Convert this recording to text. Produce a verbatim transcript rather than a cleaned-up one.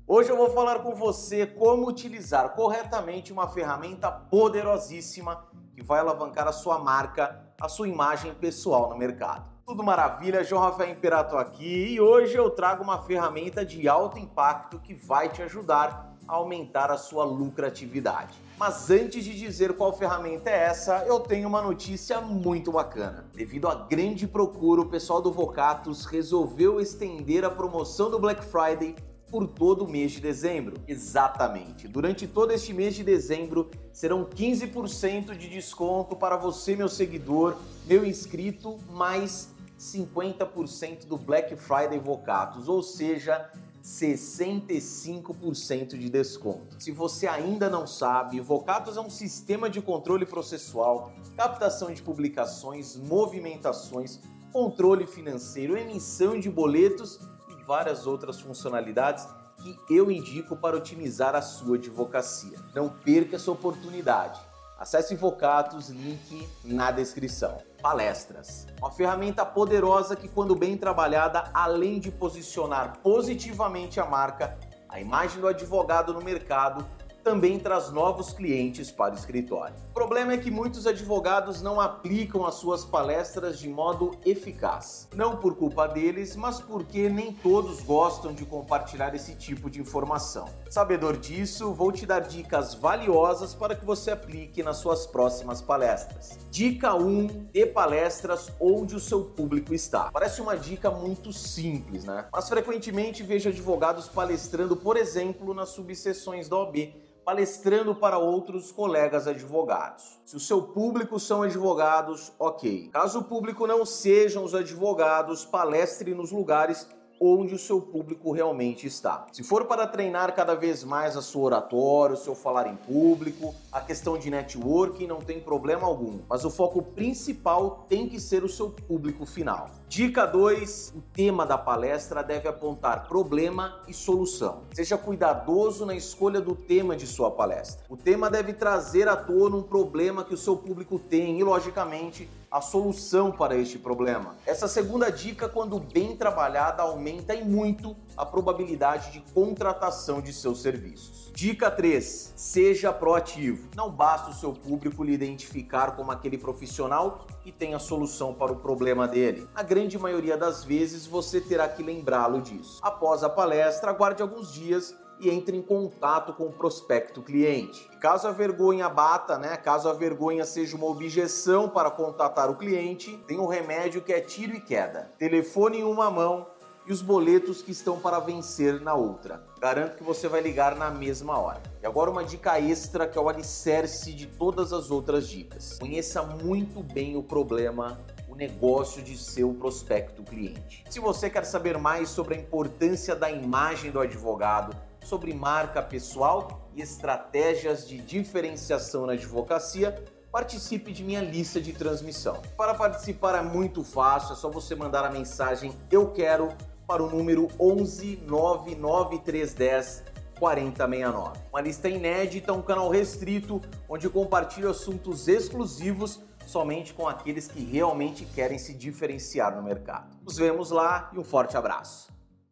Hoje eu vou falar com você como utilizar corretamente uma ferramenta poderosíssima que vai alavancar a sua marca, a sua imagem pessoal no mercado. Tudo maravilha, João Rafael Imperato aqui e hoje eu trago uma ferramenta de alto impacto que vai te ajudar a aumentar a sua lucratividade. Mas antes de dizer qual ferramenta é essa, eu tenho uma notícia muito bacana. Devido à grande procura, o pessoal do Vocatus resolveu estender a promoção do Black Friday por todo o mês de dezembro. Exatamente. Durante todo este mês de dezembro, serão quinze por cento de desconto para você, meu seguidor, meu inscrito, mais cinquenta por cento do Black Friday Vocatus, ou seja, sessenta e cinco por cento de desconto. Se você ainda não sabe, Vocatus é um sistema de controle processual, captação de publicações, movimentações, controle financeiro, emissão de boletos e várias outras funcionalidades que eu indico para otimizar a sua advocacia. Não perca essa oportunidade. Acesse Vocatus, link na descrição. Palestras. Uma ferramenta poderosa que, quando bem trabalhada, além de posicionar positivamente a marca, a imagem do advogado no mercado, também traz novos clientes para o escritório. O problema é que muitos advogados não aplicam as suas palestras de modo eficaz. Não por culpa deles, mas porque nem todos gostam de compartilhar esse tipo de informação. Sabedor disso, vou te dar dicas valiosas para que você aplique nas suas próximas palestras. Dica um: dê palestras onde o seu público está. Parece uma dica muito simples, né? Mas frequentemente vejo advogados palestrando, por exemplo, nas subseções da O A B, palestrando para outros colegas advogados. Se o seu público são advogados, ok. Caso o público não sejam os advogados, palestre nos lugares onde o seu público realmente está. Se for para treinar cada vez mais a sua oratória, o seu falar em público, a questão de networking, não tem problema algum. Mas o foco principal tem que ser o seu público final. Dica dois: o tema da palestra deve apontar problema e solução. Seja cuidadoso na escolha do tema de sua palestra. O tema deve trazer à tona um problema que o seu público tem e, logicamente, a solução para este problema. Essa segunda dica, quando bem trabalhada, aumenta em muito a probabilidade de contratação de seus serviços. Dica três: seja proativo. Não basta o seu público lhe identificar como aquele profissional que tem a solução para o problema dele. Na grande maioria das vezes, você terá que lembrá-lo disso. Após a palestra, aguarde alguns dias e entre em contato com o prospecto cliente. Caso a vergonha bata, né? Caso a vergonha seja uma objeção para contatar o cliente, tem um remédio que é tiro e queda. Telefone em uma mão e os boletos que estão para vencer na outra. Garanto que você vai ligar na mesma hora. E agora uma dica extra que é o alicerce de todas as outras dicas. Conheça muito bem o problema, o negócio de seu prospecto cliente. Se você quer saber mais sobre a importância da imagem do advogado, sobre marca pessoal e estratégias de diferenciação na advocacia, participe de minha lista de transmissão. Para participar é muito fácil, é só você mandar a mensagem "Eu quero" para o número onze nove nove três um zero quatro zero seis nove. Uma lista inédita, um canal restrito, onde eu compartilho assuntos exclusivos somente com aqueles que realmente querem se diferenciar no mercado. Nos vemos lá e um forte abraço.